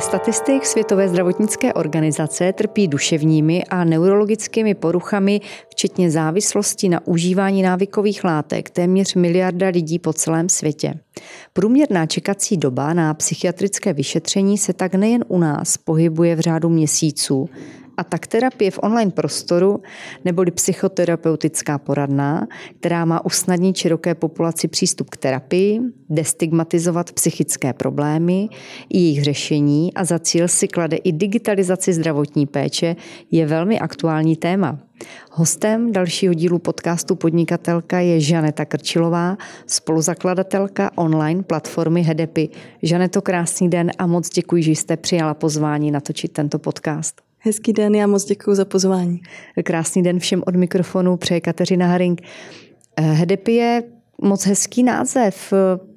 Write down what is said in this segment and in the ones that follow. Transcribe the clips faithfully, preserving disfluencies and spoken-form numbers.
statistik Světové zdravotnické organizace trpí duševními a neurologickými poruchami, včetně závislosti na užívání návykových látek, téměř miliarda lidí po celém světě. Průměrná čekací doba na psychiatrické vyšetření se tak nejen u nás pohybuje v řádu měsíců, a tak terapie v online prostoru neboli psychoterapeutická poradna, která má usnadnit široké populaci přístup k terapii, destigmatizovat psychické problémy i jejich řešení a za cíl si klade i digitalizaci zdravotní péče, je velmi aktuální téma. Hostem dalšího dílu podcastu Podnikatelka je Žaneta Krčilová, spoluzakladatelka online platformy Hedepy. Žaneto, krásný den a moc děkuji, že jste přijala pozvání natočit tento podcast. Hezký den, já moc děkuji za pozvání. Krásný den všem od mikrofonu, přeje Kateřina Haring. Hedepy je moc hezký název.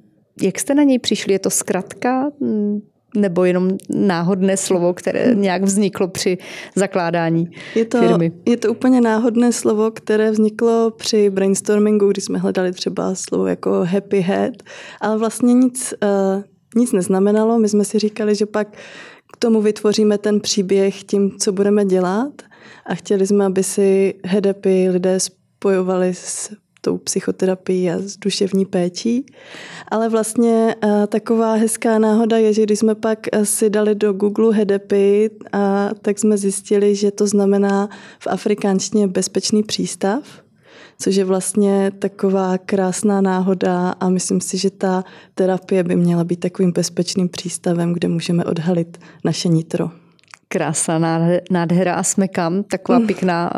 Jak jste na něj přišli? Je to zkratka nebo jenom náhodné slovo, které nějak vzniklo při zakládání je to, firmy? Je to úplně náhodné slovo, které vzniklo při brainstormingu, kdy jsme hledali třeba slovo jako happy head, ale vlastně nic, uh, nic neznamenalo. My jsme si říkali, že pak k tomu vytvoříme ten příběh tím, co budeme dělat, a chtěli jsme, aby si Hedepy lidé spojovali s tou psychoterapií a s duševní péčí. Ale vlastně a, taková hezká náhoda je, že když jsme pak si dali do Google Hedepy, a, tak jsme zjistili, že to znamená v afrikánštině bezpečný přístav, což je vlastně taková krásná náhoda, a myslím si, že ta terapie by měla být takovým bezpečným přístavem, kde můžeme odhalit naše nitro. Krásná nádhera a smekam, taková pěkná,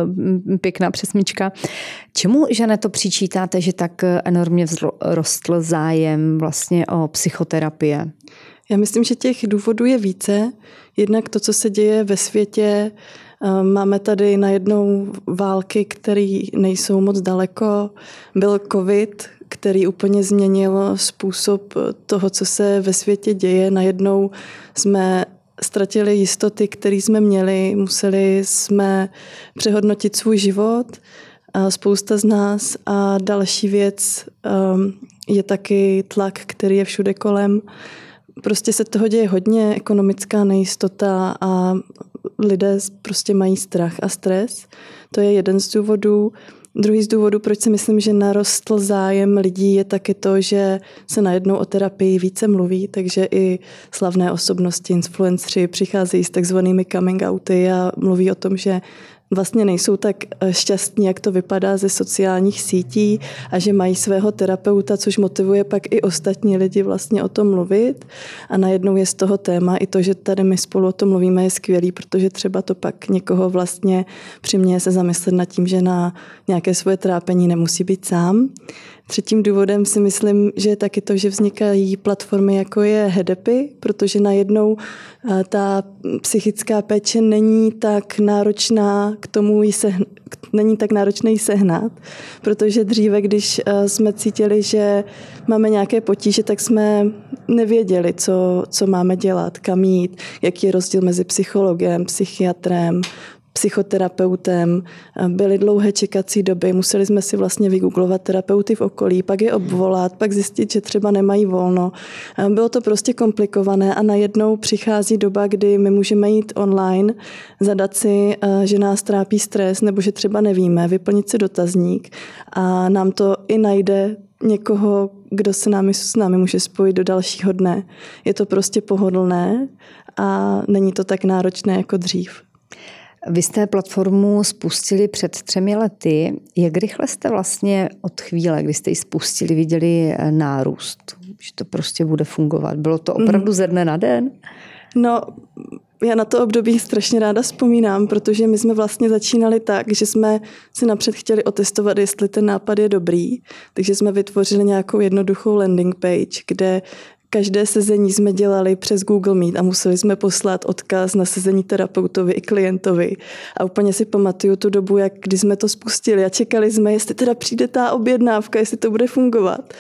pěkná přesmička. Čemu, Žaneto, přičítáte, že tak enormně vzrostl zájem vlastně o psychoterapie? Já myslím, že těch důvodů je více. Jednak to, co se děje ve světě. Máme tady najednou války, které nejsou moc daleko. Byl covid, který úplně změnil způsob toho, co se ve světě děje. Najednou jsme ztratili jistoty, které jsme měli. Museli jsme přehodnotit svůj život, spousta z nás. A další věc je taky tlak, který je všude kolem. Prostě se toho děje hodně, ekonomická nejistota a lidé prostě mají strach a stres. To je jeden z důvodů. Druhý z důvodů, proč si myslím, že narostl zájem lidí, je taky to, že se najednou o terapii více mluví, takže i slavné osobnosti, influenceri přicházejí s takzvanými coming outy a mluví o tom, že vlastně nejsou tak šťastní, jak to vypadá ze sociálních sítí, a že mají svého terapeuta, což motivuje pak i ostatní lidi vlastně o tom mluvit. A najednou je z toho téma i to, že tady my spolu o tom mluvíme, je skvělý, protože třeba to pak někoho vlastně přiměje se zamyslet nad tím, že na nějaké svoje trápení nemusí být sám. Třetím důvodem si myslím, že je taky to, že vznikají platformy, jako je Hedepy, protože najednou ta psychická péče není tak náročná k tomu, jí se, není tak náročné jí sehnat, protože dříve, když jsme cítili, že máme nějaké potíže, tak jsme nevěděli, co, co máme dělat, kam jít, jaký je rozdíl mezi psychologem, psychiatrem, psychoterapeutem, byly dlouhé čekací doby, museli jsme si vlastně vygooglovat terapeuty v okolí, pak je obvolat, pak zjistit, že třeba nemají volno. Bylo to prostě komplikované a najednou přichází doba, kdy my můžeme jít online, zadat si, že nás trápí stres nebo že třeba nevíme, vyplnit si dotazník a nám to i najde někoho, kdo se námi, s námi může spojit do dalšího dne. Je to prostě pohodlné a není to tak náročné jako dřív. Vy jste platformu spustili před třemi lety. Jak rychle jste vlastně od chvíle, kdy jste ji spustili, viděli nárůst? Že to prostě bude fungovat. Bylo to opravdu ze dne na den? No, já na to období strašně ráda vzpomínám, protože my jsme vlastně začínali tak, že jsme si napřed chtěli otestovat, jestli ten nápad je dobrý. Takže jsme vytvořili nějakou jednoduchou landing page, kde každé sezení jsme dělali přes Google Meet a museli jsme poslat odkaz na sezení terapeutovi i klientovi. A úplně si pamatuju tu dobu, jak když jsme to spustili a čekali jsme, jestli teda přijde ta objednávka, jestli to bude fungovat.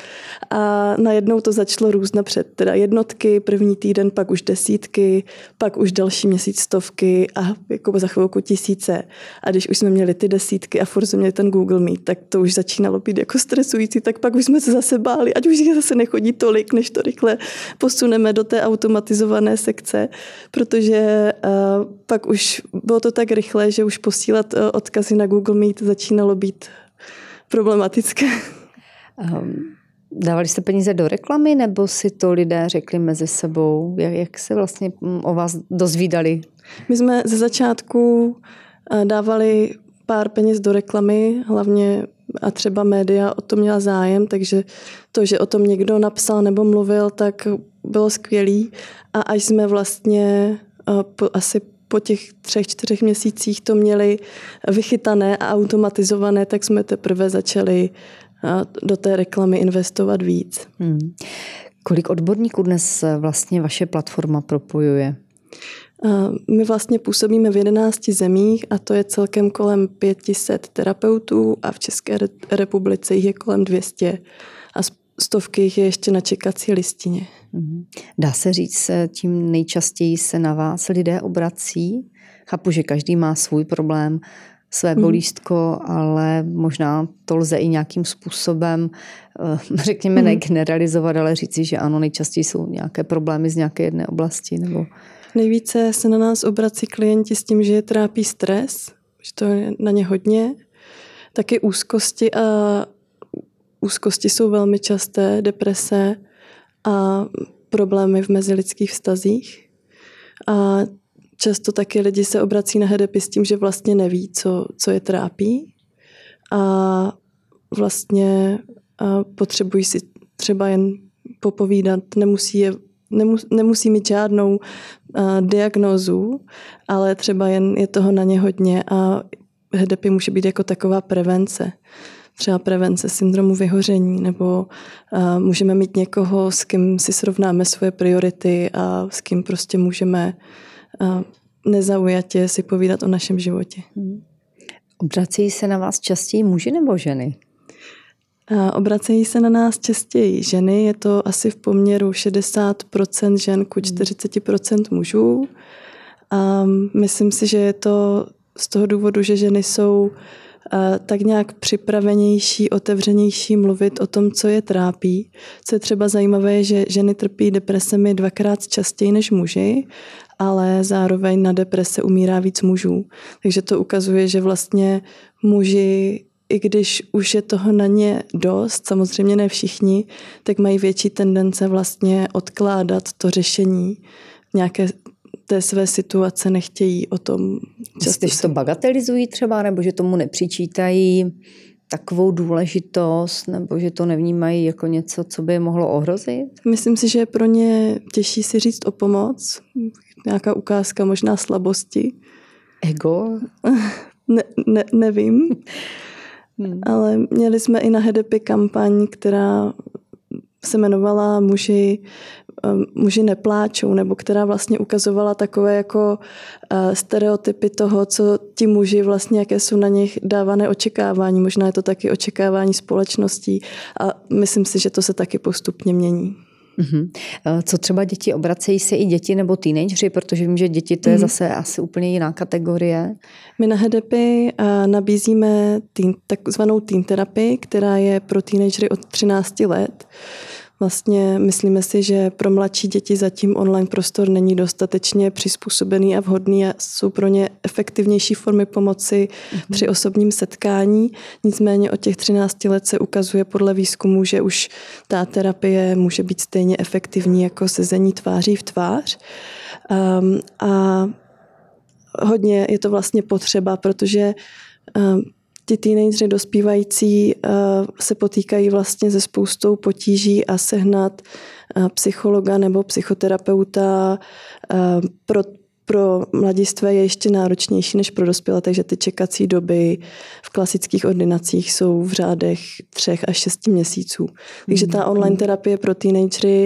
A najednou to začalo růst napřed. Teda jednotky, první týden, pak už desítky, pak už další měsíc stovky a jako za chvilku tisíce. A když už jsme měli ty desítky a furt jsme měli ten Google Meet, tak to už začínalo být jako stresující, tak pak už jsme se zase báli, ať už jich zase nechodí tolik, než to rychle posuneme do té automatizované sekce, protože pak už bylo to tak rychle, že už posílat odkazy na Google Meet začínalo být problematické. Um. Dávali jste peníze do reklamy, nebo si to lidé řekli mezi sebou? Jak, jak se vlastně o vás dozvídali? My jsme ze začátku dávali pár peněz do reklamy, hlavně a třeba média o to měla zájem, takže to, že o tom někdo napsal nebo mluvil, tak bylo skvělý. A až jsme vlastně po, asi po těch třech, čtyřech měsících to měli vychytané a automatizované, tak jsme teprve začali do té reklamy investovat víc. Hmm. Kolik odborníků dnes vlastně vaše platforma propojuje? My vlastně působíme v jedenácti zemích a to je celkem kolem pět set terapeutů a v České republice jich je kolem dvě stě a stovky jich je ještě na čekací listině. Hmm. Dá se říct, tím nejčastěji se na vás lidé obrací? Chápu, že každý má svůj problém, své bolístko, mm. ale možná to lze i nějakým způsobem, řekněme, mm. negeneralizovat, ale říci, že ano, nejčastěji jsou nějaké problémy z nějaké jedné oblasti. Nebo... Nejvíce se na nás obrací klienti s tím, že je trápí stres, že to je na ně hodně. Taky úzkosti a úzkosti jsou velmi časté, deprese a problémy v mezilidských vztazích. A často taky lidi se obrací na hedepy s tím, že vlastně neví, co, co je trápí a vlastně a potřebují si třeba jen popovídat, nemusí, je, nemus, nemusí mít žádnou a, diagnózu, ale třeba jen je toho na ně hodně a hedepy může být jako taková prevence. Třeba prevence syndromu vyhoření, nebo a, můžeme mít někoho, s kým si srovnáme svoje priority a s kým prostě můžeme a nezaujatě si povídat o našem životě. Obracejí se na vás častěji muži nebo ženy? A obracejí se na nás častěji ženy, je to asi v poměru šedesát procent žen ku čtyřicet procent mužů. A myslím si, že je to z toho důvodu, že ženy jsou tak nějak připravenější, otevřenější mluvit o tom, co je trápí. Co je třeba zajímavé, je, že ženy trpí depresemi dvakrát častěji než muži, ale zároveň na deprese umírá víc mužů. Takže to ukazuje, že vlastně muži, i když už je toho na ně dost, samozřejmě ne všichni, tak mají větší tendence vlastně odkládat to řešení nějaké té své situace, nechtějí o tom často. Myslíte, že to bagatelizují třeba, nebo že tomu nepřičítají takovou důležitost, nebo že to nevnímají jako něco, co by je mohlo ohrozit? Myslím si, že je pro ně těžší si říct o pomoc. Nějaká ukázka možná slabosti. Ego? Ne, ne, nevím. Hmm. Ale měli jsme i na hedepy kampaň, která se jmenovala Muži, muži nepláčou, nebo která vlastně ukazovala takové jako stereotypy toho, co ti muži vlastně, jaké jsou na nich dávané očekávání. Možná je to taky očekávání společností a myslím si, že to se taky postupně mění. Uhum. Co třeba děti? Obracejí se i děti nebo teenageři, protože vím, že děti to je zase asi úplně jiná kategorie. My na hedepy nabízíme teen, takzvanou teen terapii, která je pro teenagery od třinácti let. Vlastně myslíme si, že pro mladší děti zatím online prostor není dostatečně přizpůsobený a vhodný a jsou pro ně efektivnější formy pomoci mm-hmm. při osobním setkání. Nicméně od těch třinácti let se ukazuje podle výzkumu, že už ta terapie může být stejně efektivní jako sezení tváří v tvář. Um, a hodně je to vlastně potřeba, protože um, ti teenageři dospívající se potýkají vlastně se spoustou potíží a sehnat psychologa nebo psychoterapeuta pro, pro mladistvé je ještě náročnější než pro dospělé, takže ty čekací doby v klasických ordinacích jsou v řádech třech až šesti měsíců. Takže ta online terapie pro teenagery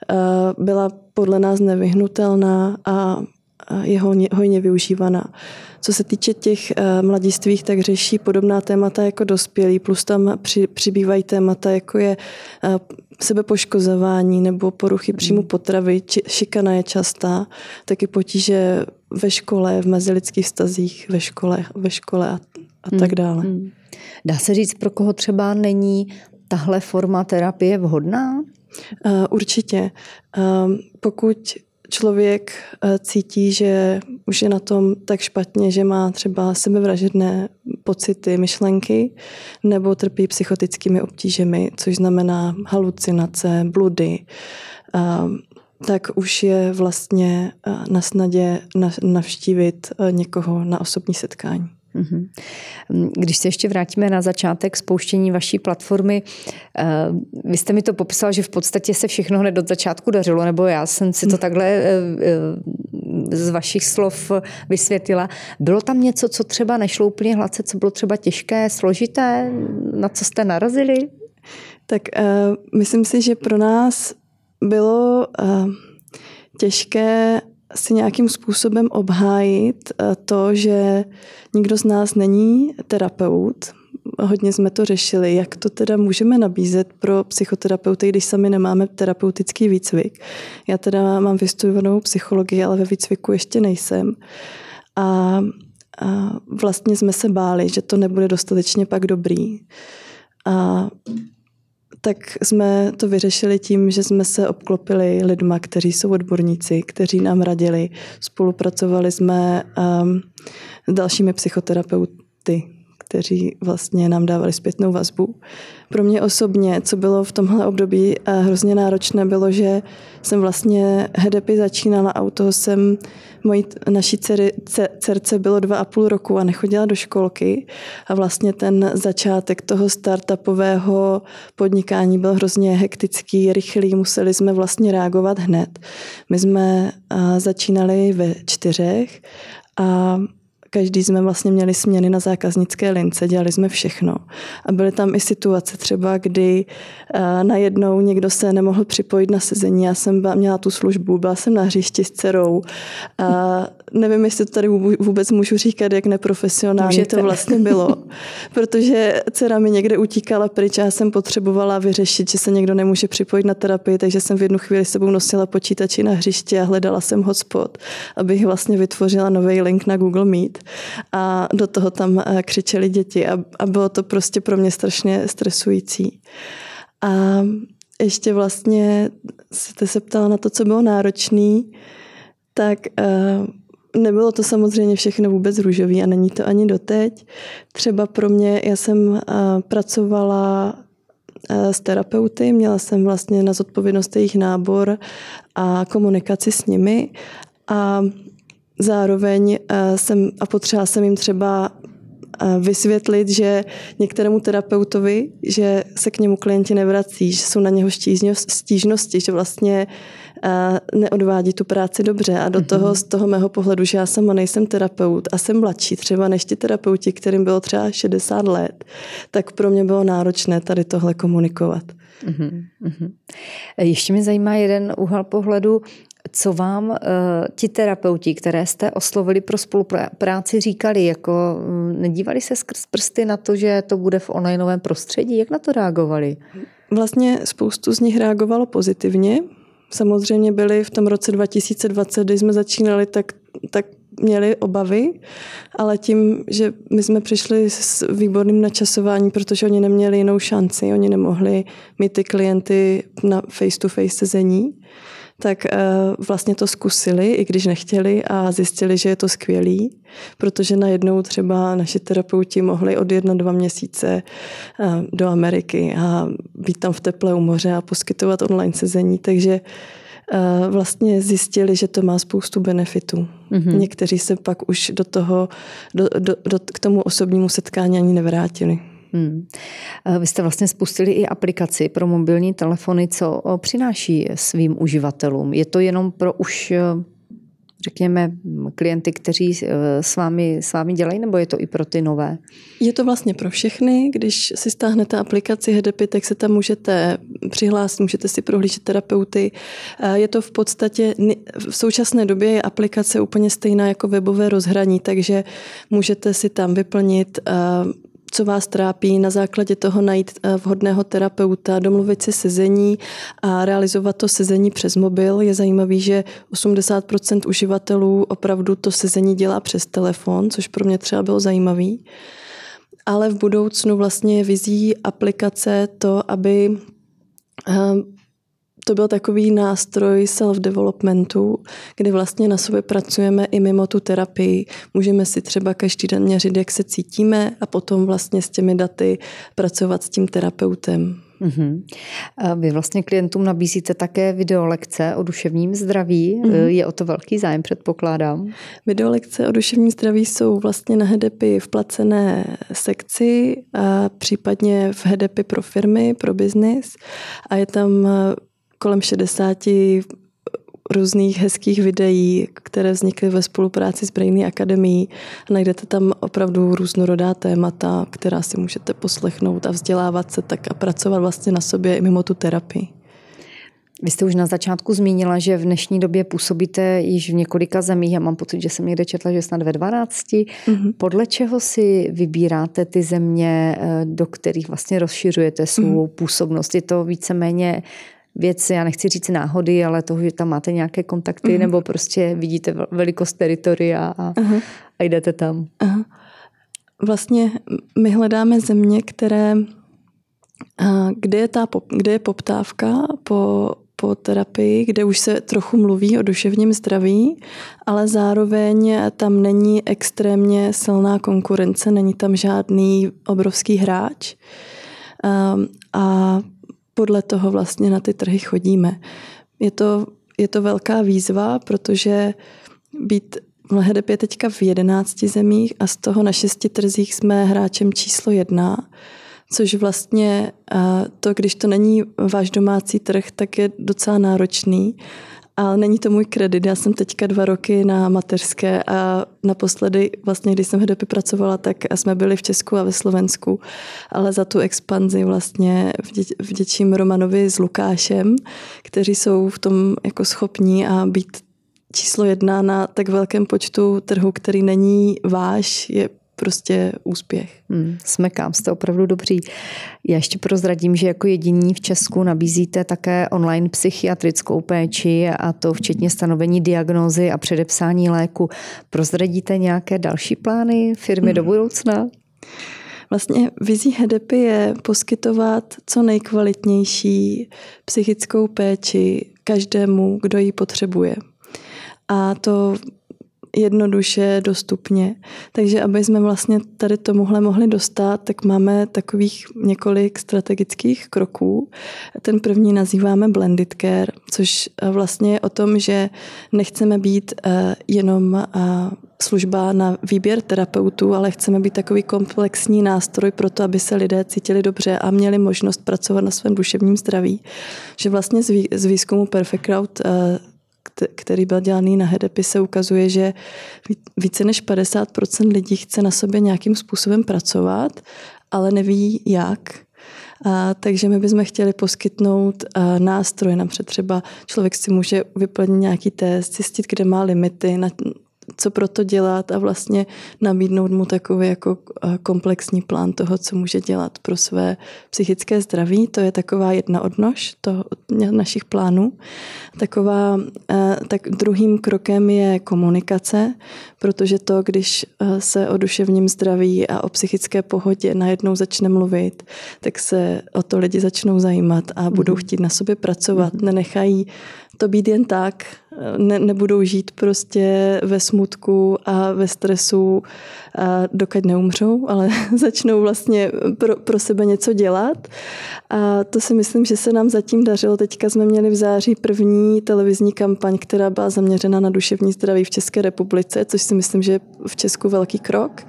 byla podle nás nevyhnutelná a je hojně využívaná. Co se týče těch mladistvých, tak řeší podobná témata jako dospělí, plus tam při, přibývají témata, jako je sebepoškozování nebo poruchy příjmu potravy, či, šikana je častá, taky potíže ve škole, v mezilidských vztazích, ve škole, ve škole a, a tak dále. Dá se říct, pro koho třeba není tahle forma terapie vhodná? Určitě. Pokud člověk cítí, že už je na tom tak špatně, že má třeba sebevražedné pocity, myšlenky, nebo trpí psychotickými obtížemi, což znamená halucinace, bludy, tak už je vlastně na snadě navštívit někoho na osobní setkání. Když se ještě vrátíme na začátek spouštění vaší platformy, vy jste mi to popsal, že v podstatě se všechno hned od začátku dařilo, nebo já jsem si to takhle z vašich slov vysvětlila. Bylo tam něco, co třeba nešlo úplně hladce, co bylo třeba těžké, složité, na co jste narazili? Tak uh, myslím si, že pro nás bylo uh, těžké si nějakým způsobem obhájit to, že nikdo z nás není terapeut. Hodně jsme to řešili, jak to teda můžeme nabízet pro psychoterapeuty, když sami nemáme terapeutický výcvik. Já teda mám vystudovanou psychologii, ale ve výcviku ještě nejsem. A, a vlastně jsme se báli, že to nebude dostatečně pak dobrý. A tak jsme to vyřešili tím, že jsme se obklopili lidma, kteří jsou odborníci, kteří nám radili. Spolupracovali jsme um, s dalšími psychoterapeuty, kteří vlastně nám dávali zpětnou vazbu. Pro mě osobně, co bylo v tomhle období hrozně náročné, bylo, že jsem vlastně hedepy začínala a u toho jsem, mojí, naší dcery, dcerce bylo dva a půl roku a nechodila do školky a vlastně ten začátek toho startupového podnikání byl hrozně hektický, rychlý, museli jsme vlastně reagovat hned. My jsme začínali ve čtyřech a každý jsme vlastně měli směny na zákaznické lince, dělali jsme všechno. A byly tam i situace třeba, kdy uh, najednou někdo se nemohl připojit na sezení. Já jsem byla, měla tu službu, byla jsem na hřišti s dcerou. A nevím, jestli to tady vůbec můžu říkat, jak neprofesionálně Můžete. to vlastně bylo. Protože dcera mi někde utíkala pryč a já jsem potřebovala vyřešit, že se někdo nemůže připojit na terapii, takže jsem v jednu chvíli s sebou nosila počítači na hřišti a hledala jsem hotspot, abych vlastně vytvořila nový link na Google Meet. A do toho tam křičeli děti a, a bylo to prostě pro mě strašně stresující. A ještě vlastně jste se ptala na to, co bylo náročný, tak uh, nebylo to samozřejmě všechno vůbec růžový a není to ani doteď. Třeba pro mě, já jsem uh, pracovala uh, s terapeuty, měla jsem vlastně na zodpovědnost jejich nábor a komunikaci s nimi a zároveň jsem a potřeba jsem jim třeba vysvětlit, že některému terapeutovi, že se k němu klienti nevrací, že jsou na něho stížnosti, že vlastně neodvádí tu práci dobře. A do toho, z toho mého pohledu, že já sama nejsem terapeut a jsem mladší třeba než ti terapeuti, kterým bylo třeba šedesát let, tak pro mě bylo náročné tady tohle komunikovat. Uhum, uhum. Ještě mě zajímá jeden úhel pohledu. Co vám uh, ti terapeuti, které jste oslovili pro spolupráci, říkali? Jako, nedívali se skrz prsty na to, že to bude v onlineovém prostředí? Jak na to reagovali? Vlastně spoustu z nich reagovalo pozitivně. Samozřejmě byli v tom roce dva tisíce dvacet, kdy jsme začínali, tak, tak měli obavy, ale tím, že my jsme přišli s výborným načasováním, protože oni neměli jinou šanci, oni nemohli mít ty klienty na face-to-face sezení, tak vlastně to zkusili, i když nechtěli a zjistili, že je to skvělý, protože najednou třeba naši terapeuti mohli odjet na dva měsíce do Ameriky a být tam v teple u moře a poskytovat online sezení, takže vlastně zjistili, že to má spoustu benefitů. Mm-hmm. Někteří se pak už do toho, do, do, do, k tomu osobnímu setkání ani nevrátili. Hmm. Vy jste vlastně spustili i aplikaci pro mobilní telefony, co přináší svým uživatelům. Je to jenom pro už, řekněme, klienty, kteří s vámi, s vámi dělají, nebo je to i pro ty nové? Je to vlastně pro všechny. Když si stáhnete aplikaci hedepy, tak se tam můžete přihlásit, můžete si prohlížet terapeuty. Je to v podstatě, v současné době je aplikace úplně stejná jako webové rozhraní, takže můžete si tam vyplnit co vás trápí, na základě toho najít vhodného terapeuta, domluvit si sezení a realizovat to sezení přes mobil. Je zajímavý, že osmdesát procent uživatelů opravdu to sezení dělá přes telefon, což pro mě třeba bylo zajímavý. Ale v budoucnu vlastně vizí aplikace to, aby to byl takový nástroj self-developmentu, kdy vlastně na sobě pracujeme i mimo tu terapii. Můžeme si třeba každý den měřit, jak se cítíme a potom vlastně s těmi daty pracovat s tím terapeutem. Uhum. Vy vlastně klientům nabízíte také videolekce o duševním zdraví. Uhum. Je o to velký zájem, předpokládám. Videolekce o duševním zdraví jsou vlastně na HEDEPy v placené sekci a případně v HEDEPy pro firmy, pro biznis. A je tam kolem šedesát různých hezkých videí, které vznikly ve spolupráci s Brainy Akademií. Najdete tam opravdu různorodá témata, která si můžete poslechnout a vzdělávat se tak a pracovat vlastně na sobě i mimo tu terapii. Vy jste už na začátku zmínila, že v dnešní době působíte již v několika zemích. Já mám pocit, že jsem někde četla, že snad ve dvanácti. Mm-hmm. Podle čeho si vybíráte ty země, do kterých vlastně rozšiřujete svou mm-hmm. působnost? Je to víceméně věc, já nechci říct náhody, ale toho, že tam máte nějaké kontakty, uh-huh. nebo prostě vidíte velikost teritoria a, uh-huh. a jdete tam. Uh-huh. Vlastně my hledáme země, které, kde je, ta, kde je poptávka po, po terapii, kde už se trochu mluví o duševním zdraví, ale zároveň tam není extrémně silná konkurence, není tam žádný obrovský hráč. Um, a podle toho vlastně na ty trhy chodíme. Je to, je to velká výzva, protože být HEDEP je teďka v jedenácti zemích a z toho na šesti trzích jsme hráčem číslo jedna, což vlastně to, když to není váš domácí trh, tak je docela náročný. Ale není to můj kredit. Já jsem teďka dva roky na mateřské a naposledy, vlastně, když jsem v HEDEPy pracovala, tak jsme byli v Česku a ve Slovensku. Ale za tu expanzi vlastně vděčím Romanovi s Lukášem, kteří jsou v tom jako schopní a být číslo jedna na tak velkém počtu trhu, který není váš, je prostě úspěch. Hmm, smekám, jste opravdu dobří. Já ještě prozradím, že jako jediní v Česku nabízíte také online psychiatrickou péči a to včetně stanovení diagnózy a předepsání léku. Prozradíte nějaké další plány firmy hmm. do budoucna? Vlastně vizí HEDEPy je poskytovat co nejkvalitnější psychickou péči každému, kdo ji potřebuje. A to jednoduše, dostupně. Takže aby jsme vlastně tady tomuhle mohli dostat, tak máme takových několik strategických kroků. Ten první nazýváme blended care, což vlastně je o tom, že nechceme být jenom služba na výběr terapeutů, ale chceme být takový komplexní nástroj pro to, aby se lidé cítili dobře a měli možnost pracovat na svém duševním zdraví. Že vlastně z výzkumu Perfect Crowd, který byl dělaný na HEDEPy, se ukazuje, že více než padesát procent lidí chce na sobě nějakým způsobem pracovat, ale neví jak. A, takže my bychom chtěli poskytnout a, nástroje, například třeba člověk si může vyplnit nějaký test, zjistit, kde má limity, na, co pro to dělat a vlastně nabídnout mu takový jako komplexní plán toho, co může dělat pro své psychické zdraví. To je taková jedna odnož toho, našich plánů. Taková, tak druhým krokem je komunikace, protože to, když se o duševním zdraví a o psychické pohodě najednou začne mluvit, tak se o to lidi začnou zajímat a budou chtít na sobě pracovat. Nenechají to být jen tak, ne, nebudou žít prostě ve smutku a ve stresu, a dokud neumřou, ale začnou vlastně pro, pro sebe něco dělat. A to si myslím, že se nám zatím dařilo. Teďka jsme měli v září první televizní kampaň, která byla zaměřena na duševní zdraví v České republice, což si myslím, že je v Česku velký krok.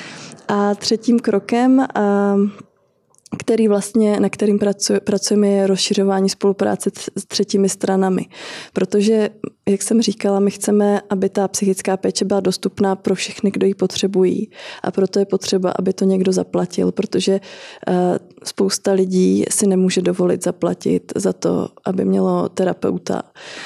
A třetím krokem, a který vlastně, na kterým pracuje, pracujeme, je rozšiřování spolupráce s třetími stranami. Protože, jak jsem říkala, my chceme, aby ta psychická péče byla dostupná pro všechny, kdo ji potřebují. A proto je potřeba, aby to někdo zaplatil, protože spousta lidí si nemůže dovolit zaplatit za to, aby mělo terapeuta.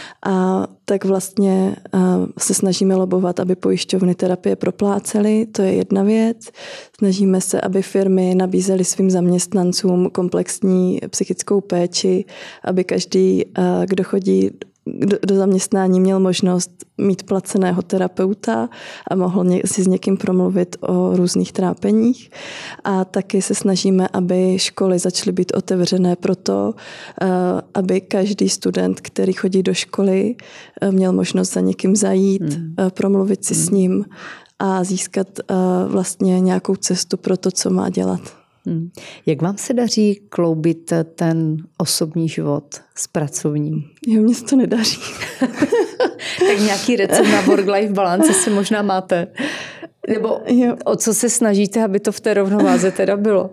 A tak vlastně se snažíme lobovat, aby pojišťovny terapie proplácely, to je jedna věc. Snažíme se, aby firmy nabízely svým zaměstnancům komplexní psychickou péči, aby každý, kdo chodí do, do zaměstnání měl možnost mít placeného terapeuta a mohl ně, si s někým promluvit o různých trápeních. A taky se snažíme, aby školy začaly být otevřené pro to, aby každý student, který chodí do školy, měl možnost za někým zajít, hmm. promluvit si hmm. s ním a získat vlastně nějakou cestu pro to, co má dělat. Hmm. Jak vám se daří kloubit ten osobní život s pracovním? Jo, mně se to nedaří. Tak nějaký recept na work-life balance si možná máte? Nebo jo. O co se snažíte, aby to v té rovnováze teda bylo?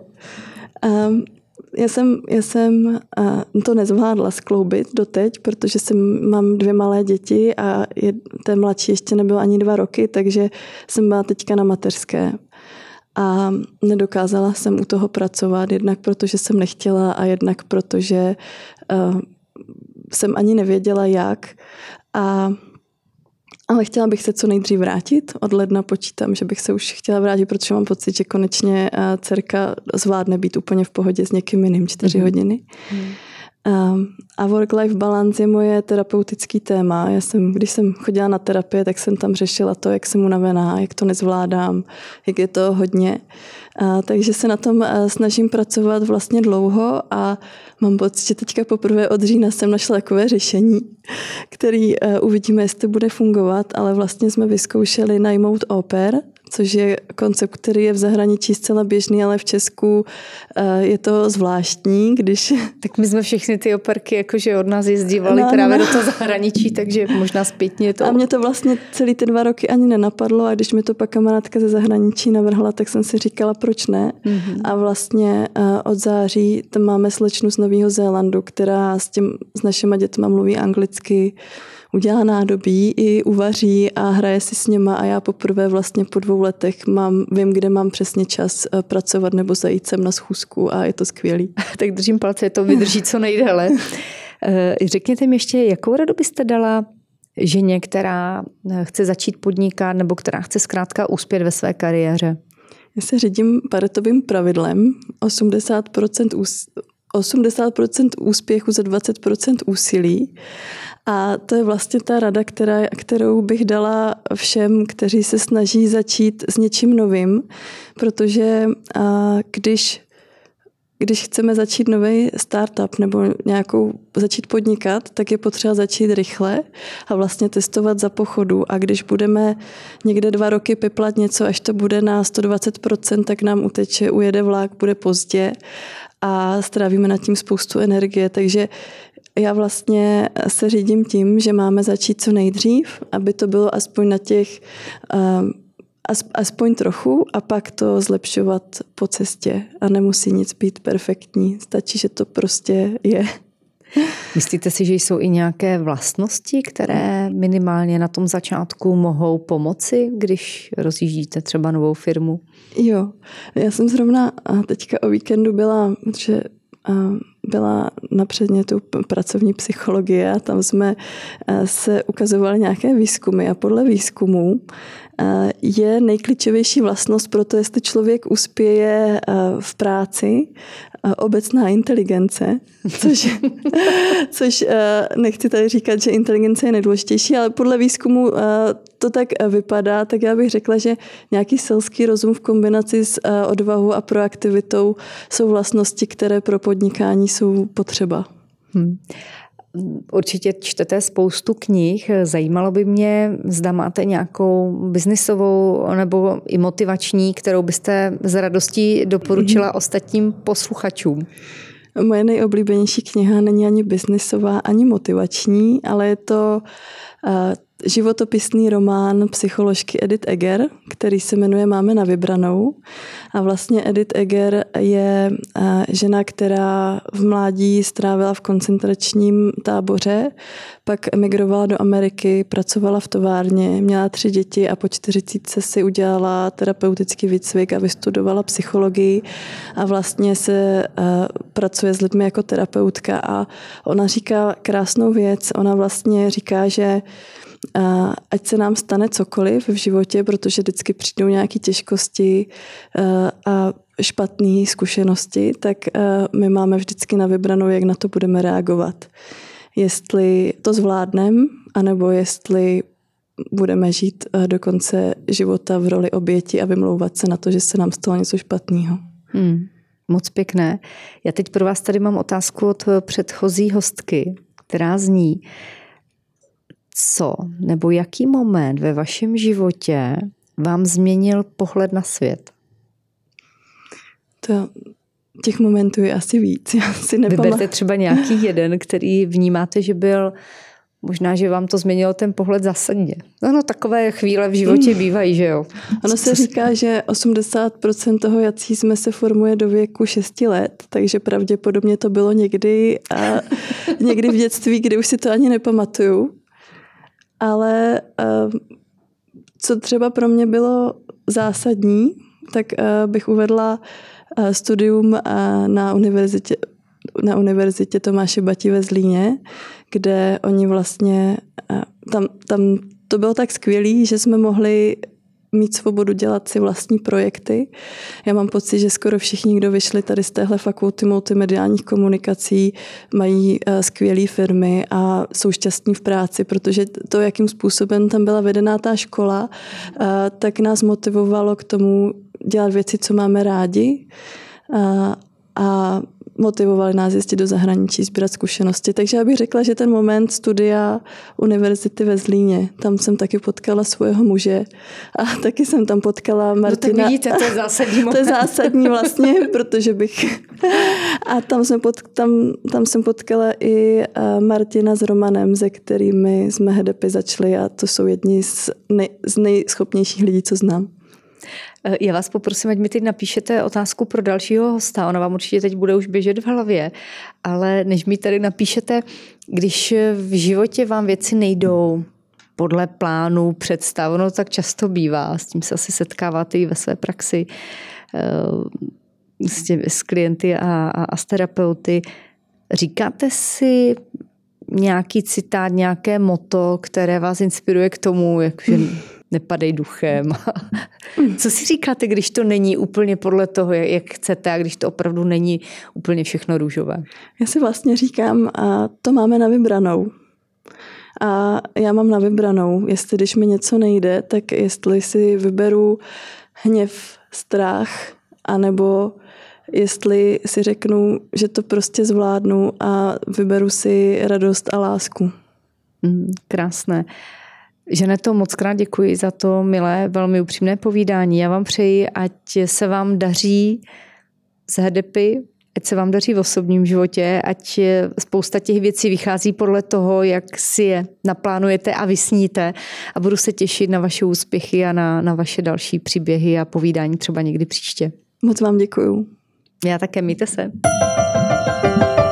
Um, já jsem, já jsem uh, to nezvládla skloubit doteď, protože jsem, mám dvě malé děti a je, ten mladší ještě nebyl ani dva roky, takže jsem byla teďka na mateřské. A nedokázala jsem u toho pracovat, jednak protože jsem nechtěla a jednak protože uh, jsem ani nevěděla jak. A, ale chtěla bych se co nejdřív vrátit. Od ledna počítám, že bych se už chtěla vrátit, protože mám pocit, že konečně uh, dcerka zvládne být úplně v pohodě s někým jiným čtyři mm-hmm. hodiny. Mm. Um, a work-life balance je moje terapeutický téma. Já jsem, když jsem chodila na terapii, tak jsem tam řešila to, jak jsem unavená, jak to nezvládám, jak je to hodně. Uh, takže se na tom uh, snažím pracovat vlastně dlouho a mám pocit, že teďka poprvé od října jsem našla takové řešení, který uh, uvidíme, jestli bude fungovat, ale vlastně jsme vyzkoušeli najmout au pair, což je koncept, který je v zahraničí zcela běžný, ale v Česku je to zvláštní, když... Tak my jsme všechny ty operky jakože od nás jezdívali no, právě no. do toho zahraničí, takže možná zpětně to... A mě to vlastně celý ty dva roky ani nenapadlo a když mi to pak kamarádka ze zahraničí navrhla, tak jsem si říkala, proč ne. Mm-hmm. A vlastně od září tam máme slečnu z Nového Zélandu, která s, tím, s našima dětma mluví anglicky, udělá nádobí i uvaří a hraje si s něma a já poprvé vlastně po dvou letech mám, vím, kde mám přesně čas pracovat nebo zajít sem na schůzku a je to skvělý. Tak držím palce, to vydrží co nejdéle. Řekněte mi ještě, jakou radu byste dala ženě, která chce začít podnikat nebo která chce zkrátka uspět ve své kariéře? Já se řídím Paretovým pravidlem osmdesát procent ús... osmdesát procent úspěchu za dvacet procent úsilí. A to je vlastně ta rada, která, kterou bych dala všem, kteří se snaží začít s něčím novým, protože a, když, když chceme začít nový startup nebo nějakou začít podnikat, tak je potřeba začít rychle a vlastně testovat za pochodu. A když budeme někde dva roky piplat něco, až to bude na sto dvacet procent, tak nám uteče, ujede vlak, bude pozdě a strávíme nad tím spoustu energie. Takže já vlastně se řídím tím, že máme začít co nejdřív, aby to bylo aspoň na těch, aspoň trochu a pak to zlepšovat po cestě. A nemusí nic být perfektní, stačí, že to prostě je. Myslíte si, že jsou i nějaké vlastnosti, které minimálně na tom začátku mohou pomoci, když rozjíždíte třeba novou firmu? Jo, já jsem zrovna teďka o víkendu byla, že byla na předmětu pracovní psychologie a tam jsme se ukazovali nějaké výzkumy a podle výzkumů je nejklíčovější vlastnost pro to, jestli člověk uspěje v práci, obecná inteligence, což, což nechci tady říkat, že inteligence je nejdůležitější, ale podle výzkumu to tak vypadá, tak já bych řekla, že nějaký selský rozum v kombinaci s odvahou a proaktivitou jsou vlastnosti, které pro podnikání jsou potřeba. Hmm. Určitě čtete spoustu knih. Zajímalo by mě, zda máte nějakou biznisovou nebo i motivační, kterou byste s radostí doporučila mm-hmm. ostatním posluchačům. Moje nejoblíbenější kniha není ani biznisová, ani motivační, ale je to uh, životopisný román psycholožky Edith Eger, který se jmenuje Máme na vybranou. A vlastně Edith Eger je žena, která v mládí strávila v koncentračním táboře, pak emigrovala do Ameriky, pracovala v továrně, měla tři děti a po čtyřicítce si udělala terapeutický výcvik a vystudovala psychologii a vlastně se pracuje s lidmi jako terapeutka a ona říká krásnou věc. Ona vlastně říká, že ať se nám stane cokoliv v životě, protože vždycky přijdou nějaké těžkosti a špatné zkušenosti, tak my máme vždycky na vybranou, jak na to budeme reagovat. jestli to zvládneme, anebo jestli budeme žít do konce života v roli oběti a vymlouvat se na to, že se nám stalo něco špatného. Hmm, moc pěkné. Já teď pro vás tady mám otázku od předchozí hostky, která zní, co nebo jaký moment ve vašem životě vám změnil pohled na svět? To, těch momentů je asi víc. Já si nepamatuji. Vyberte třeba nějaký jeden, který vnímáte, že byl, možná, že vám to změnilo ten pohled zásadně. No, no takové chvíle v životě mm. bývají, že jo? Ono se říká, že osmdesát procent toho, jací jsme, se formuje do věku šesti let, takže pravděpodobně to bylo někdy, a někdy v dětství, kdy už si to ani nepamatuju. Ale co třeba pro mě bylo zásadní, tak bych uvedla studium na univerzitě, na univerzitě Tomáše Bati ve Zlíně, kde oni vlastně, tam, tam to bylo tak skvělý, že jsme mohli mít svobodu dělat si vlastní projekty. Já mám pocit, že skoro všichni, kdo vyšli tady z téhle fakulty multimediálních komunikací, mají skvělé firmy a jsou šťastní v práci, protože to, jakým způsobem tam byla vedená ta škola, tak nás motivovalo k tomu dělat věci, co máme rádi, a, a motivovali nás jezdit do zahraničí, sbírat zkušenosti. Takže já bych řekla, že ten moment studia univerzity ve Zlíně, tam jsem taky potkala svého muže a taky jsem tam potkala Martina. No tak vidíte, to je zásadní moment. To je zásadní vlastně, protože bych... A tam jsem, pot, tam, tam jsem potkala i Martina s Romanem, se kterými jsme Hedepy začali a to jsou jedni z, nej, z nejschopnějších lidí, co znám. Já vás poprosím, ať mi teď napíšete otázku pro dalšího hosta. Ona vám určitě teď bude už běžet v hlavě. Ale než mi tady napíšete, když v životě vám věci nejdou podle plánu, představ, no tak často bývá. S tím se asi setkáváte i ve své praxi s, tě, s klienty a, a, a s terapeuty. Říkáte si nějaký citát, nějaké motto, které vás inspiruje k tomu, jakže nepadej duchem. Co si říkáte, když to není úplně podle toho, jak chcete a když to opravdu není úplně všechno růžové? Já si vlastně říkám, a to máme na vybranou. A já mám na vybranou, jestli když mi něco nejde, tak jestli si vyberu hněv, strach, anebo jestli si řeknu, že to prostě zvládnu a vyberu si radost a lásku. Mm, krásné. Žaneto, moc krát děkuji za to milé, velmi upřímné povídání. Já vám přeji, ať se vám daří z Hedepy, ať se vám daří v osobním životě, ať spousta těch věcí vychází podle toho, jak si je naplánujete a vysníte a budu se těšit na vaše úspěchy a na, na vaše další příběhy a povídání třeba někdy příště. Moc vám děkuju. Já také, mějte se.